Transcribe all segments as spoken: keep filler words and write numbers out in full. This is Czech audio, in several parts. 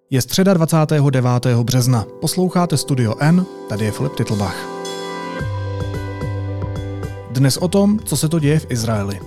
Je středa dvacátého devátého března. Posloucháte Studio N, tady je Filip Titlbach. Dnes o tom, co se to děje v Izraeli.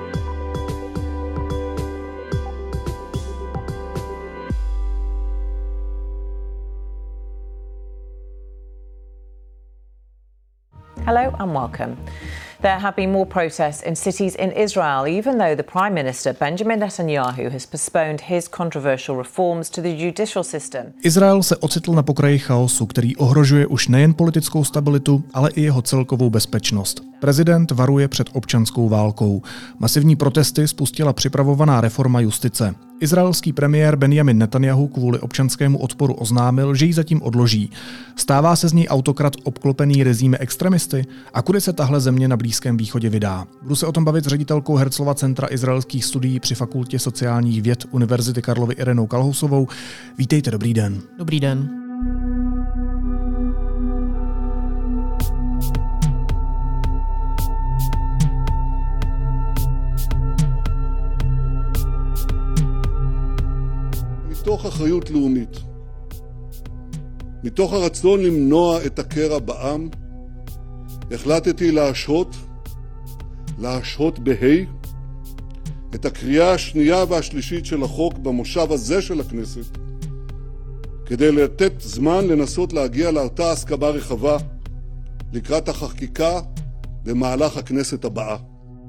Hello and welcome. There have been more protests in cities in Israel, even though the Prime Minister Benjamin Netanyahu has postponed his controversial reforms to the judicial system. Izrael se ocitl na pokraji chaosu, který ohrožuje už nejen politickou stabilitu, ale i jeho celkovou bezpečnost. Prezident varuje před občanskou válkou. Masivní protesty spustila připravovaná reforma justice. Izraelský premiér Benjamin Netanyahu kvůli občanskému odporu oznámil, že ji zatím odloží. Stává se z něj autokrat obklopený ryzími extremisty? A kudy se tahle země na Blízkém východě vydá? Budu se o tom bavit s ředitelkou Herzlova centra izraelských studií při Fakultě sociálních věd Univerzity Karlovy Irenou Kalhousovou. Vítejte, dobrý den. Dobrý den. מתוך אחריות לאומית, מתוך הרצון למנוע את הקרע בעם, החלטתי להשהות, להשהות בהי, את הקריאה השנייה והשלישית של החוק במושב הזה של הכנסת, כדי לתת זמן לנסות להגיע לאותה הסכמה רחבה לקראת החקיקה במהלך הכנסת הבאה.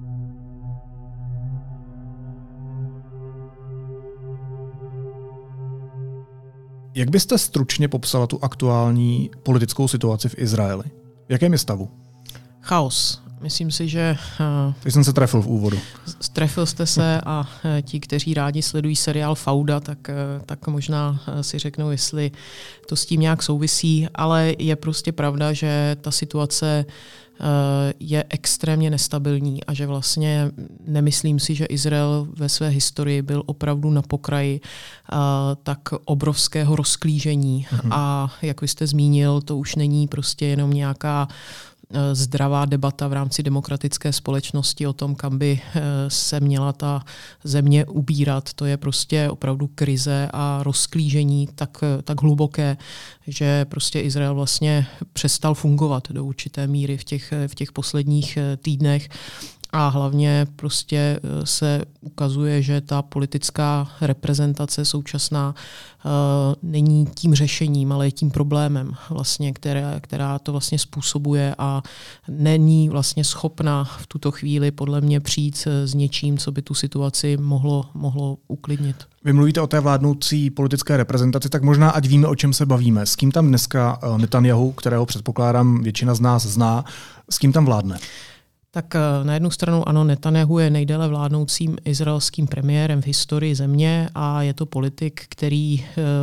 Jak byste stručně popsala tu aktuální politickou situaci v Izraeli? V jakém je stavu? Chaos. Myslím si, že... Uh, Teď jsem se trefil v úvodu. Trefil jste se a uh, ti, kteří rádi sledují seriál Fauda, tak, uh, tak možná uh, si řeknou, jestli to s tím nějak souvisí, ale je prostě pravda, že ta situace uh, je extrémně nestabilní a že vlastně nemyslím si, že Izrael ve své historii byl opravdu na pokraji uh, tak obrovského rozklížení. Mhm. A jak vy jste zmínil, to už není prostě jenom nějaká zdravá debata v rámci demokratické společnosti o tom, kam by se měla ta země ubírat. To je prostě opravdu krize a rozklížení tak, tak hluboké, že prostě Izrael vlastně přestal fungovat do určité míry v těch, v těch posledních týdnech. A hlavně prostě se ukazuje, že ta politická reprezentace současná uh, není tím řešením, ale je tím problémem, vlastně, která, která to vlastně způsobuje a není vlastně schopna v tuto chvíli podle mě přijít s něčím, co by tu situaci mohlo, mohlo uklidnit. Vy mluvíte o té vládnoucí politické reprezentaci, tak možná ať víme, o čem se bavíme. S kým tam dneska Netanyahu, kterého předpokládám většina z nás zná, s kým tam vládne? Tak na jednu stranu ano, Netanyahu je nejdéle vládnoucím izraelským premiérem v historii země a je to politik, který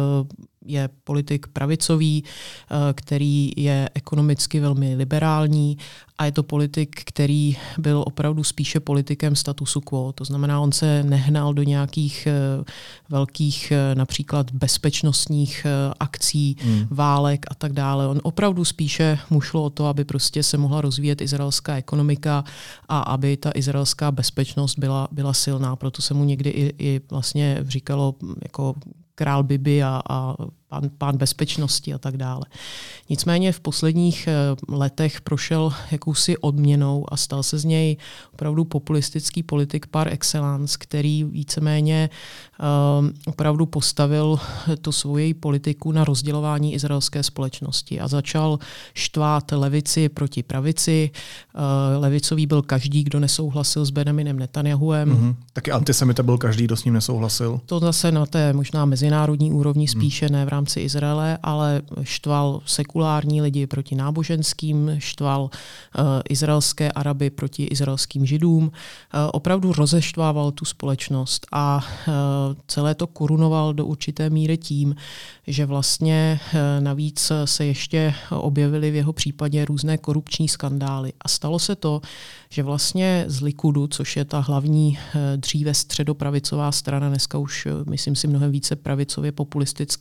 je politik pravicový, který je ekonomicky velmi liberální a je to politik, který byl opravdu spíše politikem statusu quo. To znamená, on se nehnal do nějakých velkých například bezpečnostních akcí, hmm. válek a tak dále. On opravdu spíše mu šlo o to, aby prostě se mohla rozvíjet izraelská ekonomika a aby ta izraelská bezpečnost byla, byla silná. Proto se mu někdy i, i vlastně říkalo jako král Bibi a, a pán, pán bezpečnosti a tak dále. Nicméně v posledních letech prošel jakousi odměnou a stal se z něj opravdu populistický politik par excellence, který víceméně um, opravdu postavil tu svoji politiku na rozdělování izraelské společnosti a začal štvát levici proti pravici. Uh, levicový byl každý, kdo nesouhlasil s Benjaminem Netanyahuem. Mm-hmm. Taky antisemita byl každý, kdo s ním nesouhlasil. To zase na té možná mezinárodní úrovni spíše, ne v rámci Izraele, ale štval sekulární lidi proti náboženským, štval uh, izraelské Araby proti izraelským Židům. Uh, opravdu rozeštvával tu společnost a uh, celé to korunoval do určité míry tím, že vlastně uh, navíc se ještě objevily v jeho případě různé korupční skandály. A stalo se to, že vlastně z Likudu, což je ta hlavní dříve středopravicová strana, dneska už myslím si mnohem více pravicově populistická než,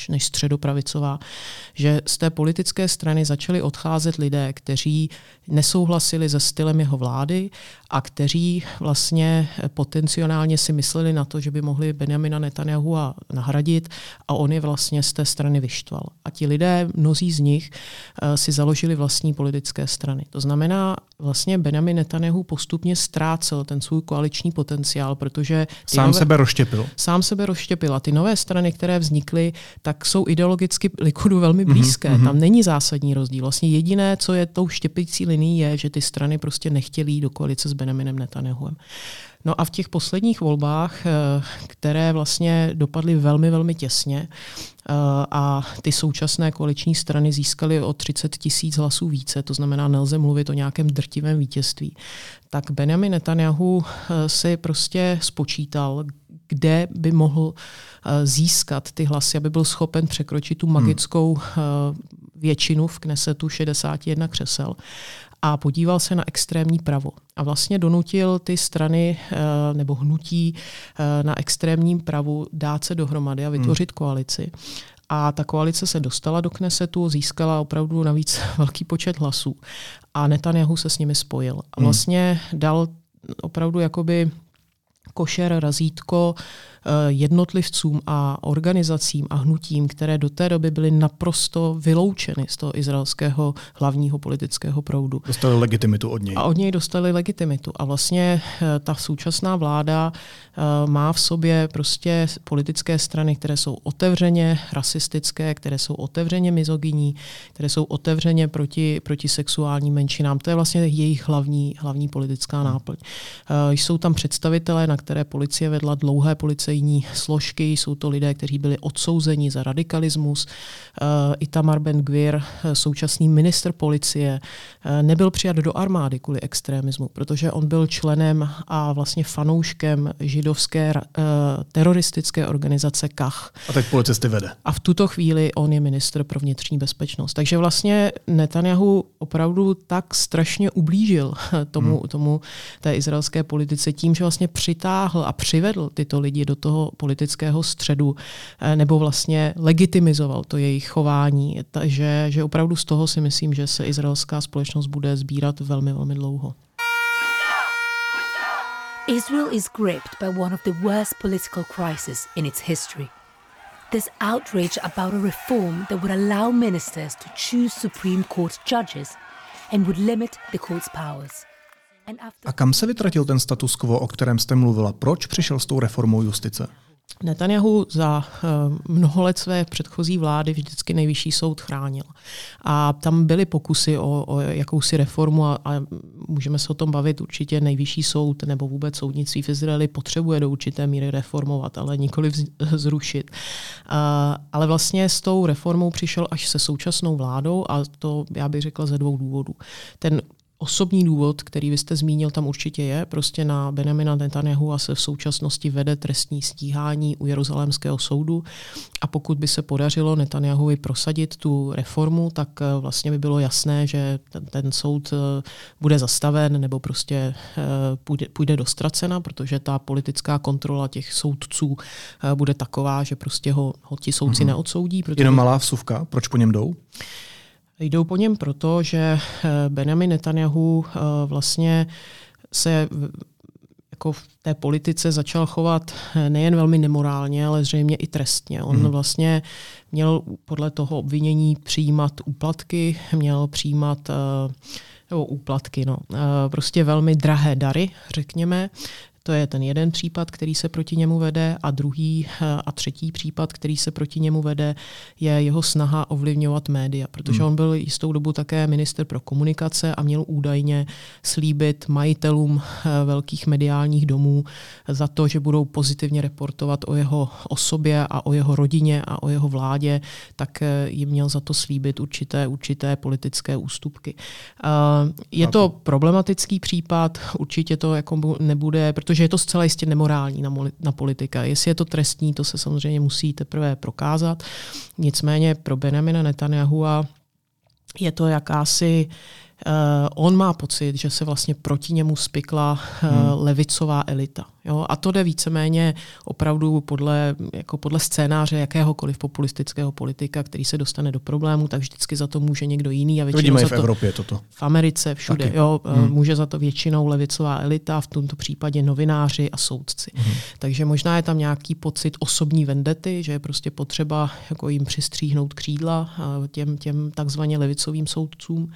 než, než středopravicová, že z té politické strany začali odcházet lidé, kteří nesouhlasili se stylem jeho vlády a kteří vlastně potenciálně si mysleli na to, že by mohli Benjamina Netanyahua nahradit a on je vlastně z té strany vyštval. A ti lidé, mnozí z nich, si založili vlastní politické strany. To znamená, vlastně Benjamin Netanyahu postupně ztrácel ten svůj koaliční potenciál, protože sám nové, sebe rozštěpil. Sám sebe rozštěpil. A ty nové strany, které vznikly, tak jsou ideologicky Likudu velmi blízké. Mm-hmm. Tam není zásadní rozdíl. Vlastně jediné, co je tou štěpící linií, je, že ty strany prostě nechtěly jít do koalice s Benjaminem Netanyahuem. No a v těch posledních volbách, které vlastně dopadly velmi, velmi těsně a ty současné koaliční strany získaly o třicet tisíc hlasů více, to znamená, nelze mluvit o nějakém drtivém vítězství, tak Benjamin Netanyahu si prostě spočítal, kde by mohl získat ty hlasy, aby byl schopen překročit tu magickou většinu v Knesetu šedesát jedna křesel. A podíval se na extrémní pravo. A vlastně donutil ty strany nebo hnutí na extrémním pravu dát se dohromady a vytvořit hmm. koalici. A ta koalice se dostala do Knesetu, získala opravdu navíc velký počet hlasů. A Netanyahu se s nimi spojil. A vlastně dal opravdu jakoby košer, razítko jednotlivcům a organizacím a hnutím, které do té doby byly naprosto vyloučeny z toho izraelského hlavního politického proudu. Dostali legitimitu od něj. A od něj dostali legitimitu. A vlastně ta současná vláda má v sobě prostě politické strany, které jsou otevřeně rasistické, které jsou otevřeně mizogyní, které jsou otevřeně proti, proti sexuálním menšinám. To je vlastně jejich hlavní, hlavní politická náplň. Jsou tam představitelé, na které policie vedla dlouhé policejní složky, jsou to lidé, kteří byli odsouzeni za radikalismus. Itamar Ben-Gvir, současný ministr policie, nebyl přijat do armády kvůli extremismu, protože on byl členem a vlastně fanouškem židovské teroristické organizace K A H. A teď policisty vede. A v tuto chvíli on je ministr pro vnitřní bezpečnost. Takže vlastně Netanyahu opravdu tak strašně ublížil tomu, hmm. tomu té izraelské politice tím, že vlastně přitáhl a přivedl tyto lidi do toho politického středu nebo vlastně legitimizoval to jejich chování. Takže že opravdu z toho si myslím, že se izraelská společnost bude sbírat velmi, velmi dlouho. Israel is gripped by one of the worst political crises in its history. There's outrage about a reform that would allow ministers to choose Supreme Court judges and would limit the court's powers. A kam se vytratil ten status quo, o kterém jste mluvila? Proč přišel s tou reformou justice? Netanyahu za uh, mnoho let své předchozí vlády vždycky nejvyšší soud chránil. A tam byly pokusy o, o jakousi reformu a, a můžeme se o tom bavit. Určitě nejvyšší soud nebo vůbec soudnictví v Izraeli potřebuje do určité míry reformovat, ale nikoli zrušit. Uh, ale vlastně s tou reformou přišel až se současnou vládou a to já bych řekla ze dvou důvodů. Ten osobní důvod, který vy jste zmínil, tam určitě je. Prostě na Benjamina Netanyahua se v současnosti vede trestní stíhání u Jeruzalémského soudu a pokud by se podařilo Netanyahuvi prosadit tu reformu, tak vlastně by bylo jasné, že ten, ten soud bude zastaven nebo prostě půjde, půjde do ztracena, protože ta politická kontrola těch soudců bude taková, že prostě ho, ho ti soudci mm-hmm. neodsoudí. Jenom malá vsuvka, proč po něm jdou? Jdou po něm proto, že Benjamin Netanyahu vlastně se jako v té politice začal chovat nejen velmi nemorálně, ale zřejmě i trestně. On hmm. vlastně měl podle toho obvinění přijímat úplatky, měl přijímat nebo úplatky, no, prostě velmi drahé dary, řekněme. To je ten jeden případ, který se proti němu vede a druhý a třetí případ, který se proti němu vede, je jeho snaha ovlivňovat média, protože on byl jistou dobu také ministr pro komunikace a měl údajně slíbit majitelům velkých mediálních domů za to, že budou pozitivně reportovat o jeho osobě a o jeho rodině a o jeho vládě, tak jim měl za to slíbit určité, určité politické ústupky. Je to problematický případ, určitě to jako nebude, protože že je to zcela jistě nemorální na, na politika. Jestli je to trestní, to se samozřejmě musí teprve prokázat. Nicméně pro Benjamina Netanyahua je to jakási on má pocit, že se vlastně proti němu spikla uh, hmm. levicová elita. Jo? A to jde víceméně opravdu podle, jako podle scénáře jakéhokoliv populistického politika, který se dostane do problému, tak vždycky za to může někdo jiný. A většinou vidíme za i v Evropě toto. V Americe, všude. Jo? Hmm. Může za to většinou levicová elita, v tomto případě novináři a soudci. Hmm. Takže možná je tam nějaký pocit osobní vendety, že je prostě potřeba jako jim přistříhnout křídla těm, těm takzvaně levicovým soudcům.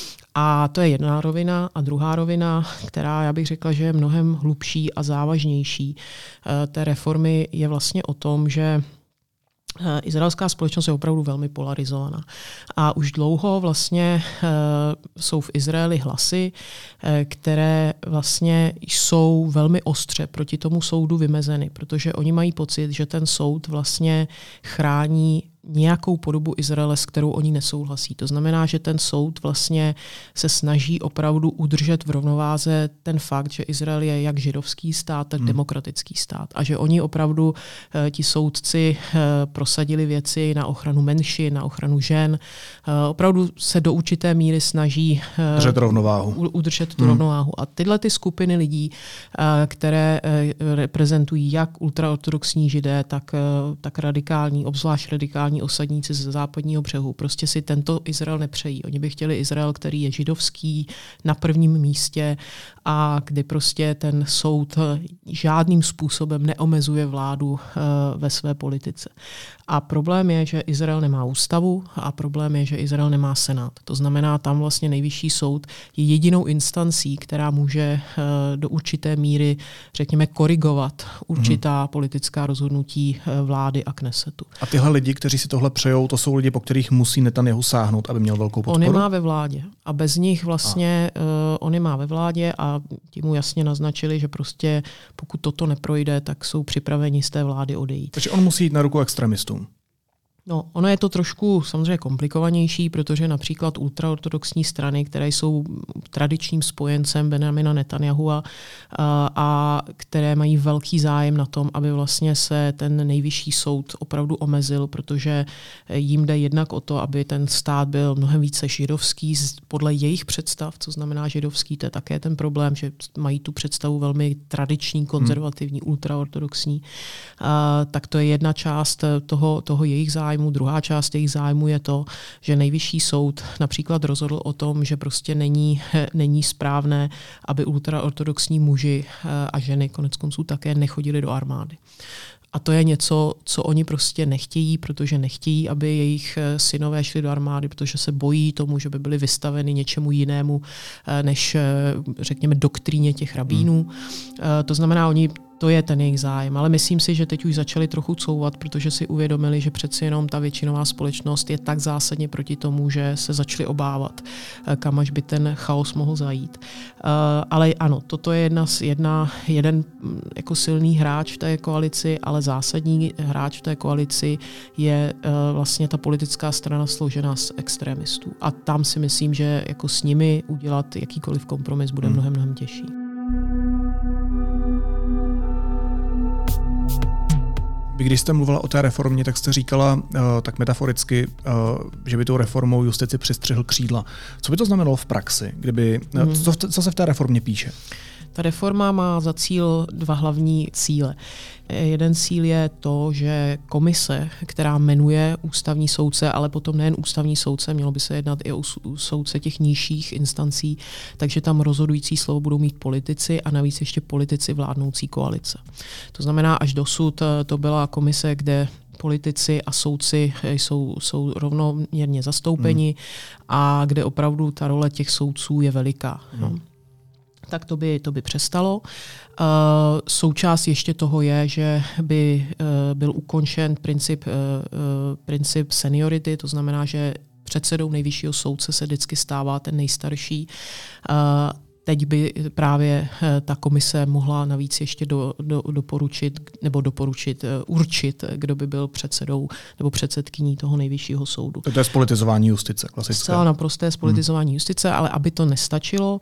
A to je jedna rovina. A druhá rovina, která já bych řekla, že je mnohem hlubší a závažnější té reformy, je vlastně o tom, že izraelská společnost je opravdu velmi polarizovaná. A už dlouho vlastně uh, jsou v Izraeli hlasy, uh, které vlastně jsou velmi ostře proti tomu soudu vymezeny, protože oni mají pocit, že ten soud vlastně chrání nějakou podobu Izraele, s kterou oni nesouhlasí. To znamená, že ten soud vlastně se snaží opravdu udržet v rovnováze ten fakt, že Izrael je jak židovský stát, tak hmm. demokratický stát. A že oni opravdu, ti soudci, prosadili věci na ochranu menšin, na ochranu žen. Opravdu se do určité míry snaží udržet rovnováhu. udržet tu hmm. rovnováhu. A tyhle ty skupiny lidí, které reprezentují jak ultraortodoxní židé, tak, tak radikální, obzvlášť radikální osadníci z západního břehu. Prostě si tento Izrael nepřejí. Oni by chtěli Izrael, který je židovský na prvním místě a kdy prostě ten soud žádným způsobem neomezuje vládu uh, ve své politice. A problém je, že Izrael nemá ústavu a problém je, že Izrael nemá senát. To znamená, tam vlastně nejvyšší soud je jedinou instancí, která může uh, do určité míry, řekněme, korigovat určitá hmm. politická rozhodnutí uh, vlády a Knesetu. A tyhle lidi, kteří si tohle přejou, to jsou lidi, po kterých musí Netanjahu sáhnout, aby měl velkou podporu? On je má ve vládě. A bez nich vlastně uh, on je má ve vládě a ti mu jasně naznačili, že prostě pokud toto neprojde, tak jsou připraveni z té vlády odejít. Takže on musí jít na ruku extremistům. No, ono je to trošku samozřejmě komplikovanější, protože například ultraortodoxní strany, které jsou tradičním spojencem Benjamina Netanjahu a, a které mají velký zájem na tom, aby vlastně se ten nejvyšší soud opravdu omezil, protože jim jde jednak o to, aby ten stát byl mnohem více židovský podle jejich představ, co znamená židovský, to je také ten problém, že mají tu představu velmi tradiční, konzervativní, hmm. ultraortodoxní. A, tak to je jedna část toho, toho jejich zájmu. Druhá část jejich zájmu je to, že nejvyšší soud například rozhodl o tom, že prostě není, není správné, aby ultraortodoxní muži a ženy konec konců také nechodili do armády. A to je něco, co oni prostě nechtějí, protože nechtějí, aby jejich synové šli do armády, protože se bojí tomu, že by byli vystaveni něčemu jinému, než, řekněme, doktríně těch rabínů. To znamená, oni to je ten jejich zájem. Ale myslím si, že teď už začali trochu couvat, protože si uvědomili, že přeci jenom ta většinová společnost je tak zásadně proti tomu, že se začali obávat, kam až by ten chaos mohl zajít. Ale ano, toto je jedna, jedna, jeden jako silný hráč v té koalici, ale zásadní hráč v té koalici je vlastně ta politická strana složená z extrémistů. A tam si myslím, že jako s nimi udělat jakýkoliv kompromis bude mnohem, mnohem těžší. Vy, když jste mluvila o té reformě, tak jste říkala uh, tak metaforicky, uh, že by tou reformou justici přistřihl křídla. Co by to znamenalo v praxi? Kdyby, uh, co, co se v té reformě píše? Ta reforma má za cíl dva hlavní cíle. Jeden cíl je to, že komise, která jmenuje ústavní soudce, ale potom nejen ústavní soudce, mělo by se jednat i o soudce těch nižších instancí, takže tam rozhodující slovo budou mít politici a navíc ještě politici vládnoucí koalice. To znamená, až dosud to byla komise, kde politici a soudci jsou, jsou rovnoměrně zastoupeni hmm. a kde opravdu ta role těch soudců je veliká. Hmm. No. Tak to by, to by přestalo. Uh, součást ještě toho je, že by uh, byl ukončen princip, uh, uh, princip seniority, to znamená, že předsedou nejvyššího soudce se vždycky stává ten nejstarší. Uh, Teď by právě ta komise mohla navíc ještě do, do, doporučit, nebo doporučit, určit, kdo by byl předsedou nebo předsedkyní toho nejvyššího soudu. To je spolitizování justice, klasické. Zcela naprosté spolitizování hmm. justice, ale aby to nestačilo,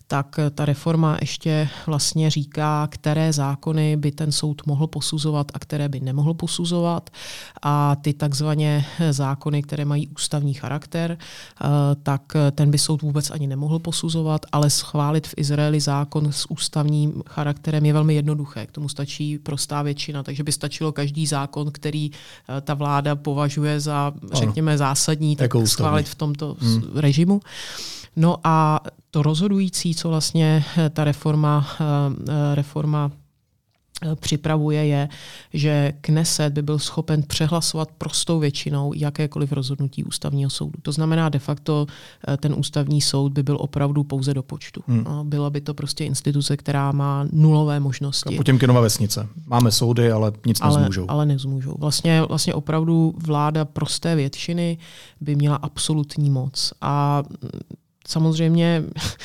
tak ta reforma ještě vlastně říká, které zákony by ten soud mohl posuzovat a které by nemohl posuzovat. A ty takzvaně zákony, které mají ústavní charakter, tak ten by soud vůbec ani nemohl posuzovat, ale schválit v Izraeli zákon s ústavním charakterem je velmi jednoduché. K tomu stačí prostá většina, takže by stačilo každý zákon, který ta vláda považuje za, řekněme, zásadní, tak jako schválit v tomto hmm. režimu. No a to rozhodující, co vlastně ta reforma, reforma připravuje, je, že Kneset by byl schopen přehlasovat prostou většinou jakékoliv rozhodnutí ústavního soudu. To znamená de facto ten ústavní soud by byl opravdu pouze do počtu. Hmm. Byla by to prostě instituce, která má nulové možnosti. Potěmkinova vesnice. Máme soudy, ale nic ale, nezmůžou. Ale nezmůžou. Vlastně, vlastně opravdu vláda prosté většiny by měla absolutní moc. A samozřejmě,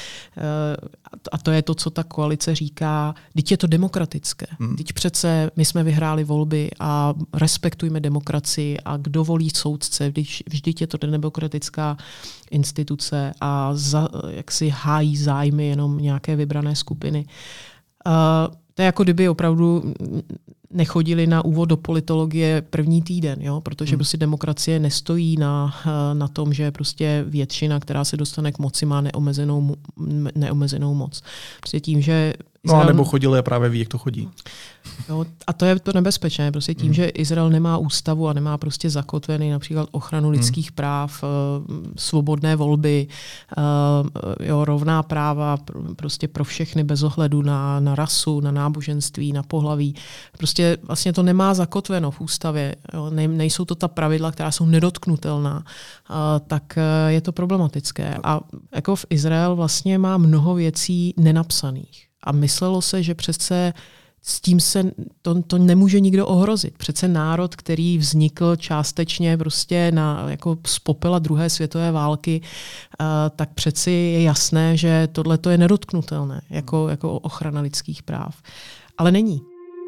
a to je to, co ta koalice říká, vždyť je to demokratické. Vždyť přece my jsme vyhráli volby a respektujme demokracii a kdo volí soudce, vždyť, vždyť je to demokratická instituce a za, jak si hájí zájmy jenom nějaké vybrané skupiny. Uh, to je jako kdyby opravdu nechodili na úvod do politologie první týden, jo? Protože hmm. prostě demokracie nestojí na, na tom, že prostě většina, která se dostane k moci, má neomezenou, neomezenou moc. Prostě tím, že Izrael... No a nebo chodili a právě ví, jak to chodí. Jo, a to je to nebezpečné. Prostě tím, hmm. že Izrael nemá ústavu a nemá prostě zakotvený například ochranu lidských hmm. práv, svobodné volby, jo, rovná práva prostě pro všechny bez ohledu na, na rasu, na náboženství, na pohlaví. Prostě vlastně to nemá zakotveno v ústavě. Jo. Ne, nejsou to ta pravidla, která jsou nedotknutelná. Tak je to problematické. A jako v Izrael vlastně má mnoho věcí nenapsaných. A myslelo se, že přece s tím se to, to nemůže nikdo ohrozit. Přece národ, který vznikl částečně prostě na, jako z popela druhé světové války, uh, tak přeci je jasné, že tohle je nedotknutelné jako, jako ochrana lidských práv. Ale není.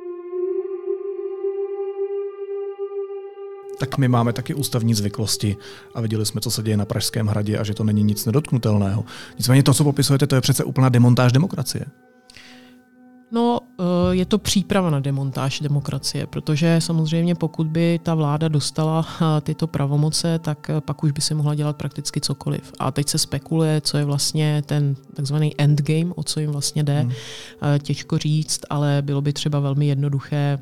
Tak my máme taky ústavní zvyklosti a viděli jsme, co se děje na Pražském hradě a že to není nic nedotknutelného. Nicméně to, co popisujete, to je přece úplná demontáž demokracie. No, je to příprava na demontáž demokracie, protože samozřejmě pokud by ta vláda dostala tyto pravomoce, tak pak už by se mohla dělat prakticky cokoliv. A teď se spekuluje, co je vlastně ten takzvaný endgame, o co jim vlastně jde. Hmm. Těžko říct, ale bylo by třeba velmi jednoduché.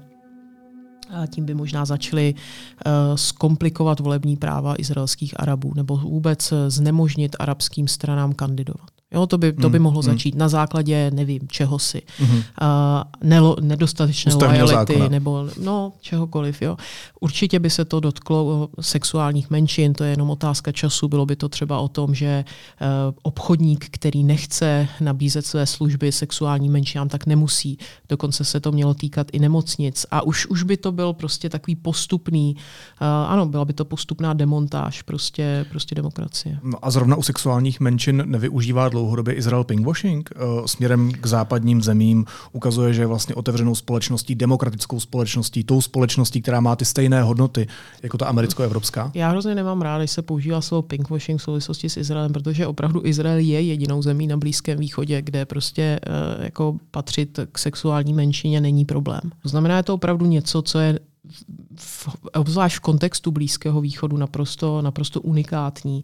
A tím by možná začali uh, zkomplikovat volební práva izraelských Arabů nebo vůbec znemožnit arabským stranám kandidovat. Jo, to by, to by mohlo mm, začít mm. na základě, nevím, čeho si. Mm. Uh, nelo, nedostatečné lojality nebo no, čehokoliv. Jo. Určitě by se to dotklo sexuálních menšin, to je jenom otázka času. Bylo by to třeba o tom, že uh, obchodník, který nechce nabízet své služby sexuálním menšinám, tak nemusí. Dokonce se to mělo týkat i nemocnic. A už, už by to byl prostě takový postupný, uh, ano, byla by to postupná demontáž prostě, prostě demokracie. No a zrovna u sexuálních menšin nevyužívá dlouhodobě Izrael pinkwashing uh, směrem k západním zemím, ukazuje, že je vlastně otevřenou společností, demokratickou společností, tou společností, která má ty stejné hodnoty jako ta americko-evropská? Já hrozně nemám rád, když se používá slovo pinkwashing v souvislosti s Izraelem, protože opravdu Izrael je jedinou zemí na Blízkém východě, kde prostě uh, jako patřit k sexuální menšině není problém. To znamená, je to opravdu něco, co je v, obzvlášť v kontextu Blízkého východu naprosto, naprosto unikátní.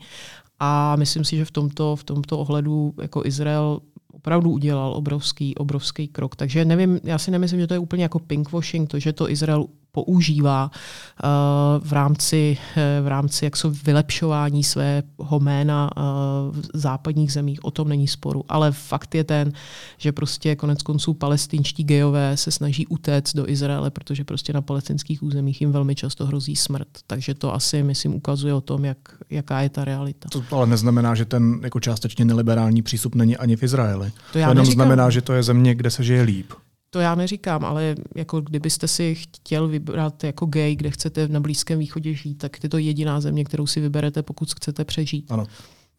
A myslím si, že v tomto, v tomto ohledu jako Izrael opravdu udělal obrovský, obrovský krok. Takže nevím, já si nemyslím, že to je úplně jako pinkwashing, to, že to Izrael používá uh, v rámci, uh, v rámci jak jsou vylepšování svého jména uh, v západních zemích, o tom není sporu. Ale fakt je ten, že prostě konec konců palestinští gejové se snaží utéct do Izraele, protože prostě na palestinských územích jim velmi často hrozí smrt. Takže to asi, myslím, ukazuje o tom, jak, jaká je ta realita. To ale neznamená, že ten jako částečně neliberální přístup není ani v Izraeli. To, já to jenom neříkám. Znamená, že to je země, kde se žije líp. To já neříkám, ale jako kdybyste si chtěl vybrat jako gay, kde chcete na Blízkém východě žít, tak je to jediná země, kterou si vyberete, pokud chcete přežít. Ano.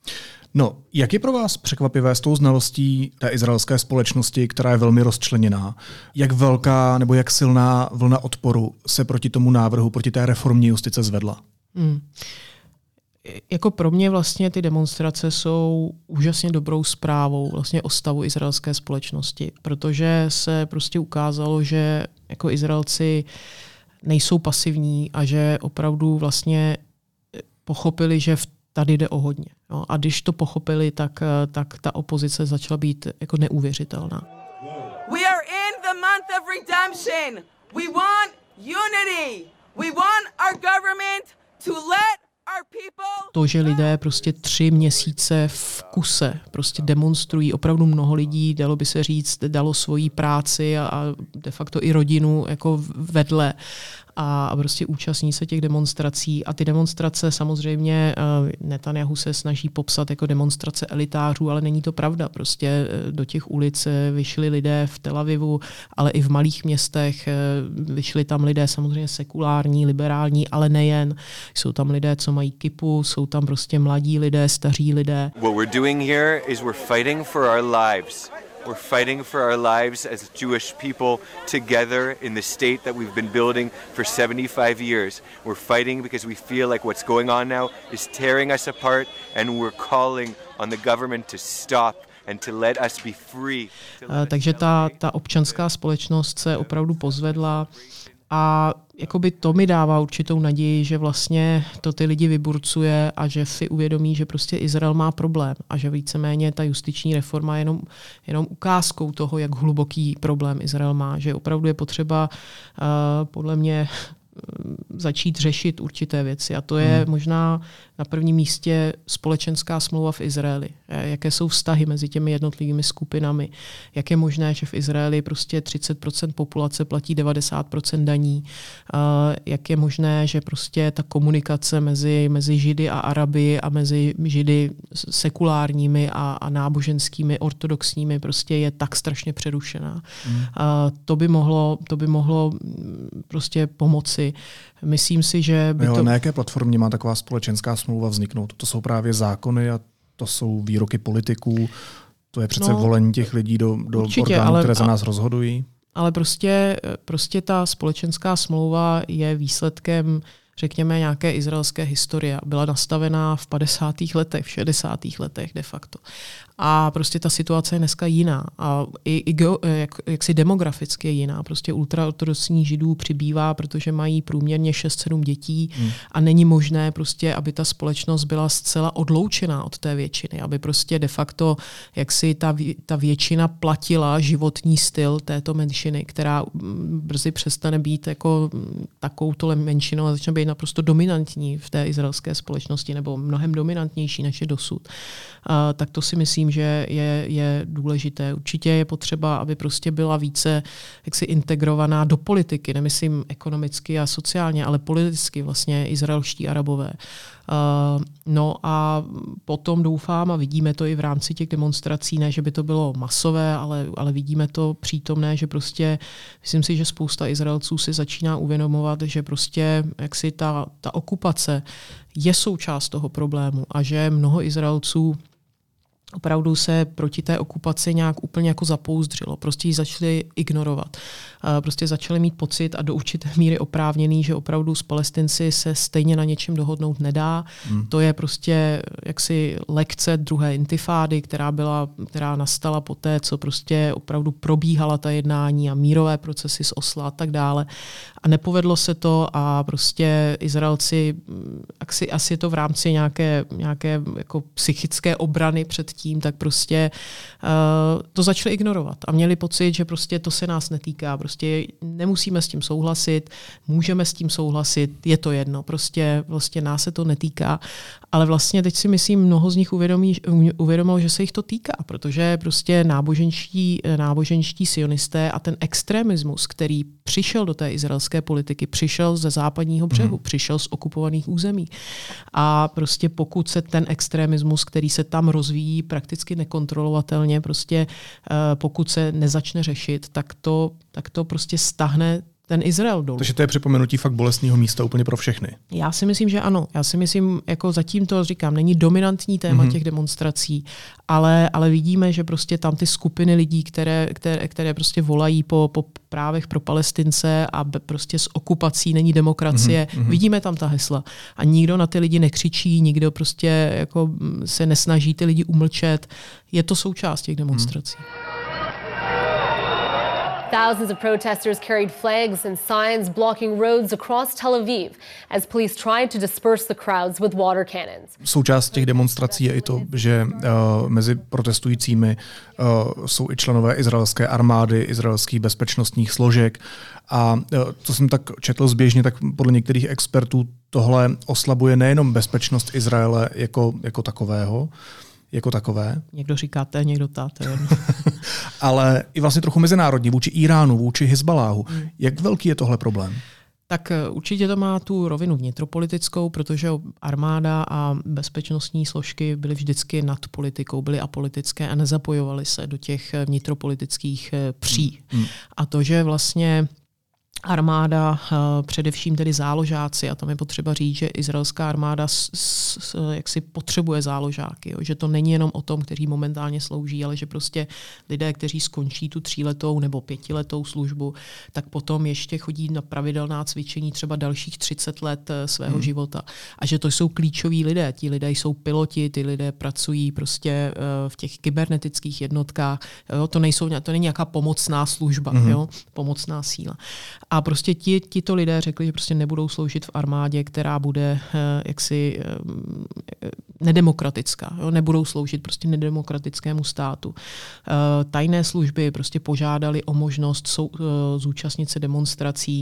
No, jak je pro vás překvapivé s tou znalostí té izraelské společnosti, která je velmi rozčleněná? Jak velká nebo jak silná vlna odporu se proti tomu návrhu, proti té reformě justice zvedla? Hmm. jako pro mě vlastně ty demonstrace jsou úžasně dobrou zprávou vlastně o stavu izraelské společnosti, protože se prostě ukázalo, že jako Izraelci nejsou pasivní a že opravdu vlastně pochopili, že tady jde o hodně. No, a když to pochopili, tak, tak ta opozice začala být jako neuvěřitelná. We are in the month of redemption. We want unity. We want our government to let our people... To, že lidé prostě tři měsíce v kuse prostě demonstrují, opravdu mnoho lidí, dalo by se říct, dalo svoji práci a, a de facto i rodinu jako vedle a prostě účastní se těch demonstrací. A ty demonstrace samozřejmě Netanjahu se snaží popsat jako demonstrace elitářů, ale není to pravda. Prostě do těch ulic vyšli lidé v Tel Avivu, ale i v malých městech. Vyšli tam lidé samozřejmě sekulární, liberální, ale nejen. Jsou tam lidé, co mají kipu, jsou tam prostě mladí lidé, staří lidé. What we're doing here is we're fighting for our lives. We're fighting for our lives as Jewish people together in the state that we've been building for seventy-five years. We're fighting because we feel like what's going on now is tearing us apart and we're calling on the government to stop and to let us be free. Uh, takže ta, ta občanská společnost se opravdu pozvedla a jakoby to mi dává určitou naději, že vlastně to ty lidi vyburcuje a že si uvědomí, že prostě Izrael má problém a že víceméně ta justiční reforma je jenom, jenom ukázkou toho, jak hluboký problém Izrael má, že opravdu je potřeba uh, podle mě začít řešit určité věci. A to je hmm. možná na prvním místě společenská smlouva v Izraeli. Jaké jsou vztahy mezi těmi jednotlivými skupinami. Jak je možné, že v Izraeli prostě třicet procent populace platí devadesát procent daní. Jak je možné, že prostě ta komunikace mezi, mezi Židy a Araby a mezi Židy sekulárními a, a náboženskými, ortodoxními prostě je tak strašně přerušená. Hmm. To by mohlo, to by mohlo prostě pomoci. Myslím si, že by jo, to... Na jaké platformě má taková společenská smlouva vzniknout? To jsou právě zákony a to jsou výroky politiků, to je přece no, volení těch lidí do, do určitě, orgánů, ale, které za nás rozhodují. Ale prostě, prostě ta společenská smlouva je výsledkem, řekněme, nějaké izraelské historie. Byla nastavená v padesátých letech, v šedesátých letech de facto. A prostě ta situace je dneska jiná. A i, i geo, jak, jaksi demograficky je jiná. Prostě ultraortodoxních Židů přibývá, protože mají průměrně šest sedm dětí hmm. a není možné prostě, aby ta společnost byla zcela odloučená od té většiny. Aby prostě de facto jaksi ta, ta většina platila životní styl této menšiny, která brzy přestane být jako takovouto menšinou a začne být naprosto dominantní v té izraelské společnosti nebo mnohem dominantnější než je dosud. Uh, tak to si myslím, že je, je důležité. Určitě je potřeba, aby prostě byla více jaksi integrovaná do politiky, nemyslím ekonomicky a sociálně, ale politicky vlastně izraelští Arabové. Uh, no a potom doufám a vidíme to i v rámci těch demonstrací, ne, že by to bylo masové, ale, ale vidíme to přítomné, že prostě myslím si, že spousta Izraelců si začíná uvědomovat, že prostě jaksi ta, ta okupace je součást toho problému a že mnoho Izraelců opravdu se proti té okupaci nějak úplně jako zapouzdřilo. Prostě ji začali ignorovat. Prostě začali mít pocit a do určité míry oprávněný, že opravdu s Palestinci se stejně na něčem dohodnout nedá. Hmm. To je prostě jaksi lekce druhé intifády, která byla, která nastala po té, co prostě opravdu probíhala ta jednání a mírové procesy z Osla a tak dále. A nepovedlo se to a prostě Izraelci, asi, asi je to v rámci nějaké, nějaké jako psychické obrany před tím, tak prostě uh, to začali ignorovat a měli pocit, že prostě to se nás netýká, prostě nemusíme s tím souhlasit, můžeme s tím souhlasit, je to jedno, prostě, prostě nás se to netýká, ale vlastně teď si myslím, mnoho z nich uvědomí, uvědomilo, že se jich to týká, protože prostě náboženští, náboženští sionisté a ten extremismus, který přišel do té izraelské politiky, přišel ze západního břehu, hmm. přišel z okupovaných území a prostě pokud se ten extremismus, který se tam rozvíjí prakticky nekontrolovatelně, prostě pokud se nezačne řešit, tak to, tak to prostě stahne ten Izrael dolů. Takže to je připomenutí fakt bolestného místa úplně pro všechny. Já si myslím, že ano. Já si myslím, jako zatím to říkám, není dominantní téma mm-hmm. těch demonstrací, ale, ale vidíme, že prostě tam ty skupiny lidí, které, které, které prostě volají po, po právech pro Palestince a prostě s okupací není demokracie, mm-hmm. vidíme tam ta hesla. A nikdo na ty lidi nekřičí, nikdo prostě jako se nesnaží ty lidi umlčet. Je to součást těch demonstrací. Mm. Thousands of protesters carried flags and signs blocking roads across Tel Aviv as police tried to disperse the crowds with water cannons. Součást těch demonstrací je i to, že uh, mezi protestujícími uh, jsou i členové izraelské armády, izraelských bezpečnostních složek a uh, co jsem tak četl zběžně, tak podle některých expertů tohle oslabuje nejenom bezpečnost Izraele jako, jako takového, jako takové. Někdo říkáte, někdo táte. Ale i vlastně trochu mezinárodní, vůči Iránu, vůči Hizbaláhu. Hmm. Jak velký je tohle problém? Tak určitě to má tu rovinu vnitropolitickou, protože armáda a bezpečnostní složky byly vždycky nad politikou, byly apolitické a nezapojovaly se do těch vnitropolitických pří. Hmm. A to, že vlastně armáda, především tedy záložáci, a tam je potřeba říct, že izraelská armáda s, s, jak si potřebuje záložáky, jo? Že to není jenom o tom, kteří momentálně slouží, ale že prostě lidé, kteří skončí tu tříletou nebo pětiletou službu, tak potom ještě chodí na pravidelná cvičení třeba dalších třicet let svého hmm. života. A že to jsou klíčoví lidé. Ti lidé jsou piloti, ty lidé pracují prostě v těch kybernetických jednotkách. Jo? To, nejsou, to není nějaká pomocná služba, hmm. jo? Pomocná síla. A prostě ti, tito lidé řekli, že prostě nebudou sloužit v armádě, která bude eh, jaksi eh, nedemokratická. Jo? Nebudou sloužit prostě nedemokratickému státu. Eh, tajné služby prostě požádali o možnost sou, eh, zúčastnit se demonstrací